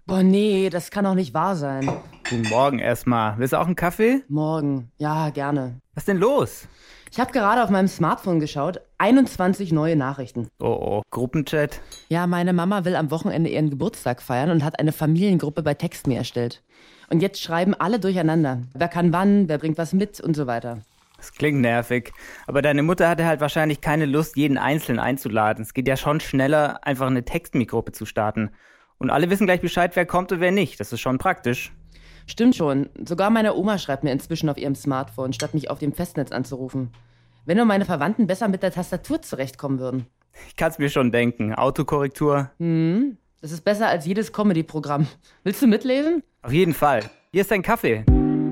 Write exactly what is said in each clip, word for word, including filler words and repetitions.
Boah, nee, das kann doch nicht wahr sein. Guten Morgen erstmal. Willst du auch einen Kaffee? Morgen, ja, gerne. Was ist denn los? Ich habe gerade auf meinem Smartphone geschaut, einundzwanzig neue Nachrichten. Oh oh, Gruppenchat? Ja, meine Mama will am Wochenende ihren Geburtstag feiern und hat eine Familiengruppe bei TextMe erstellt. Und jetzt schreiben alle durcheinander. Wer kann wann, wer bringt was mit und so weiter. Das klingt nervig. Aber deine Mutter hatte halt wahrscheinlich keine Lust, jeden Einzelnen einzuladen. Es geht ja schon schneller, einfach eine TextMe-Gruppe zu starten. Und alle wissen gleich Bescheid, wer kommt und wer nicht. Das ist schon praktisch. Stimmt schon. Sogar meine Oma schreibt mir inzwischen auf ihrem Smartphone, statt mich auf dem Festnetz anzurufen. Wenn nur meine Verwandten besser mit der Tastatur zurechtkommen würden. Ich kann's mir schon denken. Autokorrektur. Hm, das ist besser als jedes Comedy-Programm. Willst du mitlesen? Auf jeden Fall. Hier ist dein Kaffee.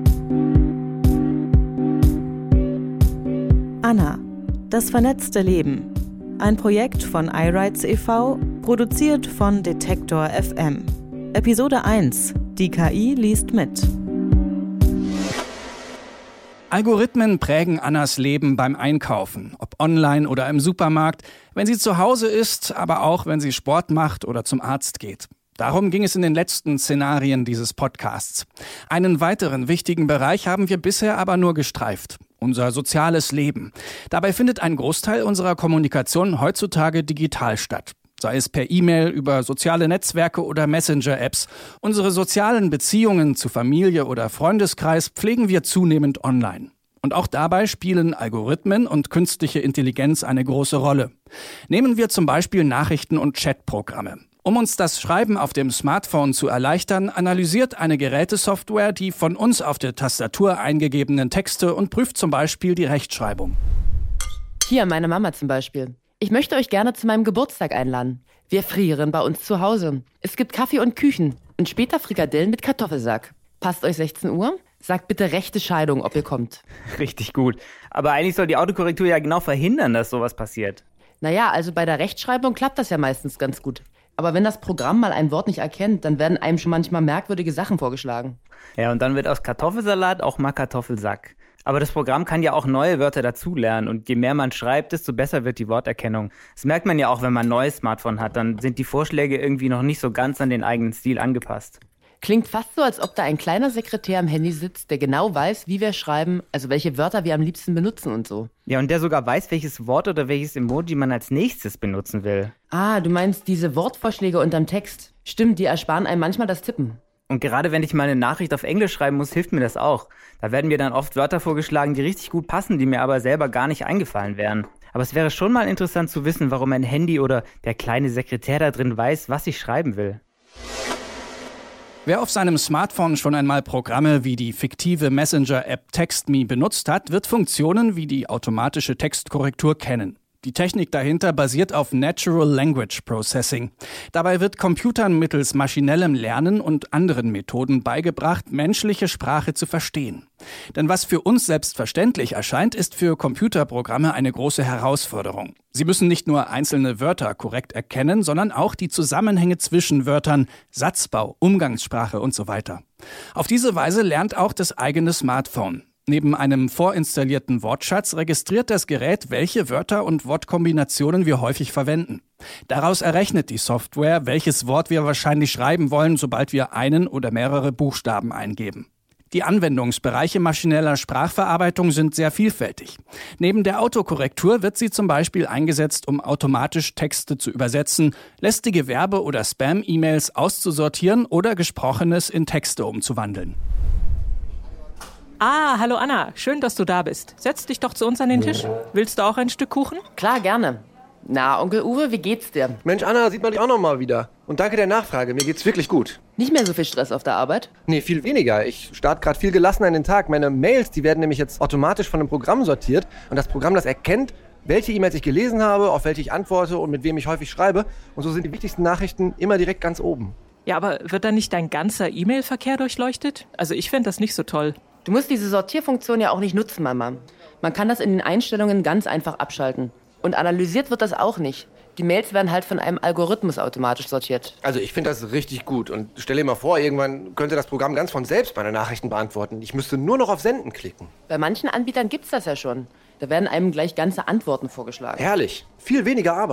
Anna, das vernetzte Leben. Ein Projekt von iRights e V, produziert von Detektor F M. Episode eins. Die K I liest mit. Algorithmen prägen Annas Leben beim Einkaufen, ob online oder im Supermarkt, wenn sie zu Hause ist, aber auch wenn sie Sport macht oder zum Arzt geht. Darum ging es in den letzten Szenarien dieses Podcasts. Einen weiteren wichtigen Bereich haben wir bisher aber nur gestreift. Unser soziales Leben. Dabei findet ein Großteil unserer Kommunikation heutzutage digital statt. Sei es per E-Mail, über soziale Netzwerke oder Messenger-Apps. Unsere sozialen Beziehungen zu Familie oder Freundeskreis pflegen wir zunehmend online. Und auch dabei spielen Algorithmen und künstliche Intelligenz eine große Rolle. Nehmen wir zum Beispiel Nachrichten- und Chatprogramme. Um uns das Schreiben auf dem Smartphone zu erleichtern, analysiert eine Gerätesoftware die von uns auf der Tastatur eingegebenen Texte und prüft zum Beispiel die Rechtschreibung. Hier, meine Mama zum Beispiel. Ich möchte euch gerne zu meinem Geburtstag einladen. Wir frieren bei uns zu Hause. Es gibt Kaffee und Küchen und später Frikadellen mit Kartoffelsack. Passt euch sechzehn Uhr? Sagt bitte rechte Scheidung, ob ihr kommt. Richtig gut. Aber eigentlich soll die Autokorrektur ja genau verhindern, dass sowas passiert. Naja, also bei der Rechtschreibung klappt das ja meistens ganz gut. Aber wenn das Programm mal ein Wort nicht erkennt, dann werden einem schon manchmal merkwürdige Sachen vorgeschlagen. Ja, und dann wird aus Kartoffelsalat auch mal Kartoffelsack. Aber das Programm kann ja auch neue Wörter dazulernen und je mehr man schreibt, desto besser wird die Worterkennung. Das merkt man ja auch, wenn man ein neues Smartphone hat, dann sind die Vorschläge irgendwie noch nicht so ganz an den eigenen Stil angepasst. Klingt fast so, als ob da ein kleiner Sekretär am Handy sitzt, der genau weiß, wie wir schreiben, also welche Wörter wir am liebsten benutzen und so. Ja, und der sogar weiß, welches Wort oder welches Emoji man als nächstes benutzen will. Ah, du meinst diese Wortvorschläge unterm Text. Stimmt, die ersparen einem manchmal das Tippen. Und gerade wenn ich mal eine Nachricht auf Englisch schreiben muss, hilft mir das auch. Da werden mir dann oft Wörter vorgeschlagen, die richtig gut passen, die mir aber selber gar nicht eingefallen wären. Aber es wäre schon mal interessant zu wissen, warum ein Handy oder der kleine Sekretär da drin weiß, was ich schreiben will. Wer auf seinem Smartphone schon einmal Programme wie die fiktive Messenger-App TextMe benutzt hat, wird Funktionen wie die automatische Textkorrektur kennen. Die Technik dahinter basiert auf Natural Language Processing. Dabei wird Computern mittels maschinellem Lernen und anderen Methoden beigebracht, menschliche Sprache zu verstehen. Denn was für uns selbstverständlich erscheint, ist für Computerprogramme eine große Herausforderung. Sie müssen nicht nur einzelne Wörter korrekt erkennen, sondern auch die Zusammenhänge zwischen Wörtern, Satzbau, Umgangssprache und so weiter. Auf diese Weise lernt auch das eigene Smartphone. Neben einem vorinstallierten Wortschatz registriert das Gerät, welche Wörter und Wortkombinationen wir häufig verwenden. Daraus errechnet die Software, welches Wort wir wahrscheinlich schreiben wollen, sobald wir einen oder mehrere Buchstaben eingeben. Die Anwendungsbereiche maschineller Sprachverarbeitung sind sehr vielfältig. Neben der Autokorrektur wird sie zum Beispiel eingesetzt, um automatisch Texte zu übersetzen, lästige Verbe- oder Spam-E-Mails auszusortieren oder Gesprochenes in Texte umzuwandeln. Ah, hallo Anna, schön, dass du da bist. Setz dich doch zu uns an den Tisch. Willst du auch ein Stück Kuchen? Klar, gerne. Na, Onkel Uwe, wie geht's dir? Mensch, Anna, sieht man dich auch noch mal wieder. Und danke der Nachfrage, mir geht's wirklich gut. Nicht mehr so viel Stress auf der Arbeit? Nee, viel weniger. Ich starte gerade viel gelassener in den Tag. Meine Mails, die werden nämlich jetzt automatisch von einem Programm sortiert. Und das Programm, das erkennt, welche E-Mails ich gelesen habe, auf welche ich antworte und mit wem ich häufig schreibe. Und so sind die wichtigsten Nachrichten immer direkt ganz oben. Ja, aber wird dann nicht dein ganzer E-Mail-Verkehr durchleuchtet? Also ich fände das nicht so toll. Du musst diese Sortierfunktion ja auch nicht nutzen, Mama. Man kann das in den Einstellungen ganz einfach abschalten. Und analysiert wird das auch nicht. Die Mails werden halt von einem Algorithmus automatisch sortiert. Also ich finde das richtig gut. Und stell dir mal vor, irgendwann könnte das Programm ganz von selbst meine Nachrichten beantworten. Ich müsste nur noch auf Senden klicken. Bei manchen Anbietern gibt's das ja schon. Da werden einem gleich ganze Antworten vorgeschlagen. Herrlich. Viel weniger Arbeit.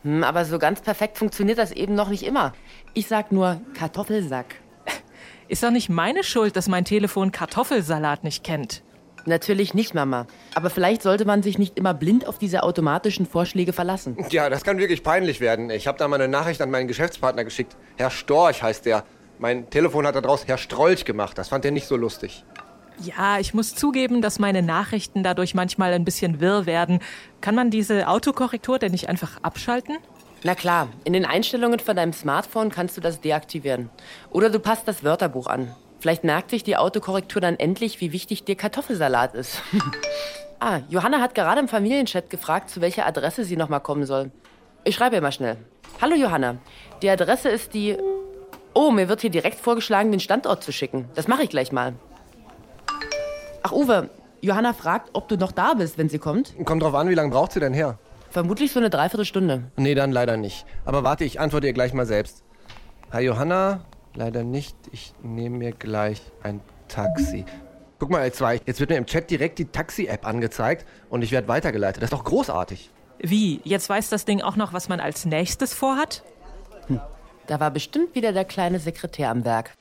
Hm, aber so ganz perfekt funktioniert das eben noch nicht immer. Ich sag nur Kartoffelsack. Ist doch nicht meine Schuld, dass mein Telefon Kartoffelsalat nicht kennt. Natürlich nicht, Mama. Aber vielleicht sollte man sich nicht immer blind auf diese automatischen Vorschläge verlassen. Ja, das kann wirklich peinlich werden. Ich habe da mal eine Nachricht an meinen Geschäftspartner geschickt. Herr Storch heißt der. Mein Telefon hat daraus Herr Strolch gemacht. Das fand er nicht so lustig. Ja, ich muss zugeben, dass meine Nachrichten dadurch manchmal ein bisschen wirr werden. Kann man diese Autokorrektur denn nicht einfach abschalten? Na klar, in den Einstellungen von deinem Smartphone kannst du das deaktivieren. Oder du passt das Wörterbuch an. Vielleicht merkt sich die Autokorrektur dann endlich, wie wichtig dir Kartoffelsalat ist. Ah, Johanna hat gerade im Familienchat gefragt, zu welcher Adresse sie nochmal kommen soll. Ich schreibe ihr mal schnell. Hallo Johanna, die Adresse ist die... Oh, mir wird hier direkt vorgeschlagen, den Standort zu schicken. Das mache ich gleich mal. Ach Uwe, Johanna fragt, ob du noch da bist, wenn sie kommt. Kommt drauf an, wie lange braucht sie denn her? Vermutlich so eine Dreiviertelstunde. Nee, dann leider nicht. Aber warte, ich antworte ihr gleich mal selbst. Hi Johanna, leider nicht. Ich nehme mir gleich ein Taxi. Guck mal, L zwei, jetzt wird mir im Chat direkt die Taxi-App angezeigt und ich werde weitergeleitet. Das ist doch großartig. Wie? Jetzt weiß das Ding auch noch, was man als nächstes vorhat? Hm. Da war bestimmt wieder der kleine Sekretär am Werk.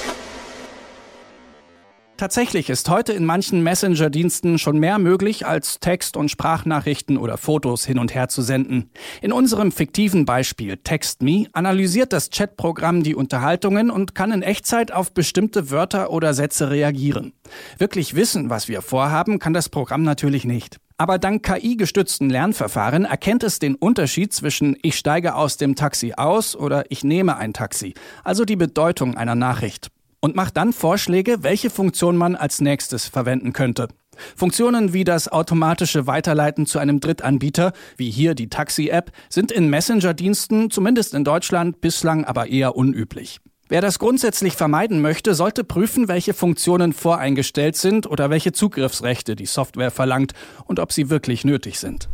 Tatsächlich ist heute in manchen Messenger-Diensten schon mehr möglich, als Text- und Sprachnachrichten oder Fotos hin und her zu senden. In unserem fiktiven Beispiel TextMe analysiert das Chatprogramm die Unterhaltungen und kann in Echtzeit auf bestimmte Wörter oder Sätze reagieren. Wirklich wissen, was wir vorhaben, kann das Programm natürlich nicht. Aber dank K I-gestützten Lernverfahren erkennt es den Unterschied zwischen ich steige aus dem Taxi aus oder ich nehme ein Taxi, also die Bedeutung einer Nachricht. Und macht dann Vorschläge, welche Funktion man als nächstes verwenden könnte. Funktionen wie das automatische Weiterleiten zu einem Drittanbieter, wie hier die Taxi-App, sind in Messenger-Diensten, zumindest in Deutschland, bislang aber eher unüblich. Wer das grundsätzlich vermeiden möchte, sollte prüfen, welche Funktionen voreingestellt sind oder welche Zugriffsrechte die Software verlangt und ob sie wirklich nötig sind.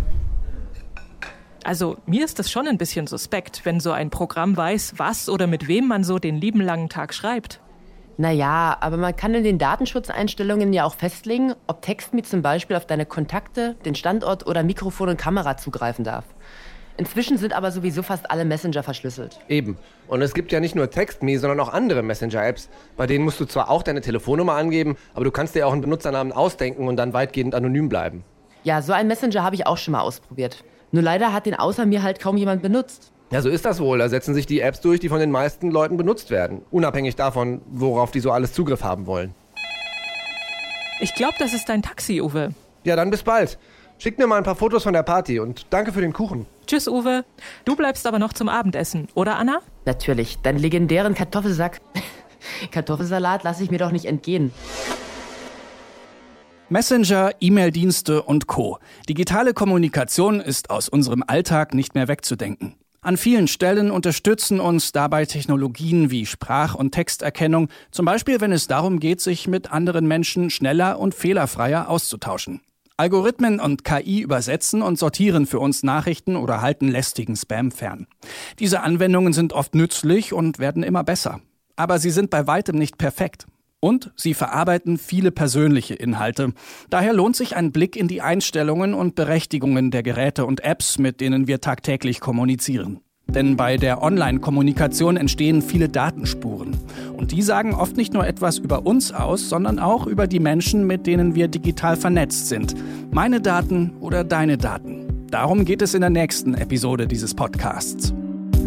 Also mir ist das schon ein bisschen suspekt, wenn so ein Programm weiß, was oder mit wem man so den lieben langen Tag schreibt. Naja, aber man kann in den Datenschutzeinstellungen ja auch festlegen, ob TextMe zum Beispiel auf deine Kontakte, den Standort oder Mikrofon und Kamera zugreifen darf. Inzwischen sind aber sowieso fast alle Messenger verschlüsselt. Eben. Und es gibt ja nicht nur TextMe, sondern auch andere Messenger-Apps. Bei denen musst du zwar auch deine Telefonnummer angeben, aber du kannst dir auch einen Benutzernamen ausdenken und dann weitgehend anonym bleiben. Ja, so einen Messenger habe ich auch schon mal ausprobiert. Nur leider hat den außer mir halt kaum jemand benutzt. Ja, so ist das wohl. Da setzen sich die Apps durch, die von den meisten Leuten benutzt werden. Unabhängig davon, worauf die so alles Zugriff haben wollen. Ich glaube, das ist dein Taxi, Uwe. Ja, dann bis bald. Schick mir mal ein paar Fotos von der Party und danke für den Kuchen. Tschüss, Uwe. Du bleibst aber noch zum Abendessen, oder Anna? Natürlich, deinen legendären Kartoffelsack. Kartoffelsalat lasse ich mir doch nicht entgehen. Messenger, E-Mail-Dienste und Co. Digitale Kommunikation ist aus unserem Alltag nicht mehr wegzudenken. An vielen Stellen unterstützen uns dabei Technologien wie Sprach- und Texterkennung, zum Beispiel wenn es darum geht, sich mit anderen Menschen schneller und fehlerfreier auszutauschen. Algorithmen und K I übersetzen und sortieren für uns Nachrichten oder halten lästigen Spam fern. Diese Anwendungen sind oft nützlich und werden immer besser. Aber sie sind bei weitem nicht perfekt. Und sie verarbeiten viele persönliche Inhalte. Daher lohnt sich ein Blick in die Einstellungen und Berechtigungen der Geräte und Apps, mit denen wir tagtäglich kommunizieren. Denn bei der Online-Kommunikation entstehen viele Datenspuren. Und die sagen oft nicht nur etwas über uns aus, sondern auch über die Menschen, mit denen wir digital vernetzt sind. Meine Daten oder deine Daten. Darum geht es in der nächsten Episode dieses Podcasts.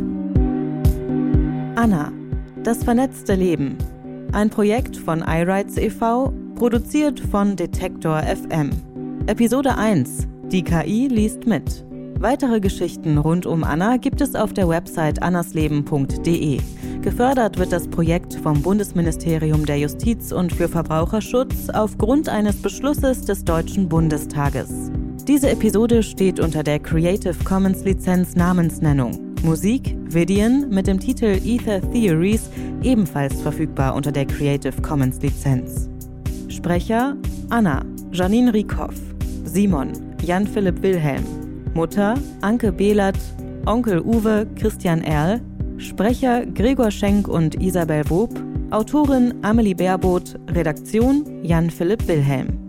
Anna, das vernetzte Leben. Ein Projekt von iRights e V, produziert von Detektor F M. Episode eins. Die K I liest mit. Weitere Geschichten rund um Anna gibt es auf der Website annasleben punkt de. Gefördert wird das Projekt vom Bundesministerium der Justiz und für Verbraucherschutz aufgrund eines Beschlusses des Deutschen Bundestages. Diese Episode steht unter der Creative Commons Lizenz Namensnennung. Musik, Videon mit dem Titel Ether Theories, ebenfalls verfügbar unter der Creative Commons Lizenz. Sprecher Anna, Janine Rieckhoff. Simon, Jan-Philipp Wilhelm. Mutter Anke Behlert. Onkel Uwe, Christian Erl. Sprecher Gregor Schenk und Isabel Wob. Autorin Amelie Baerboth. Redaktion Jan-Philipp Wilhelm.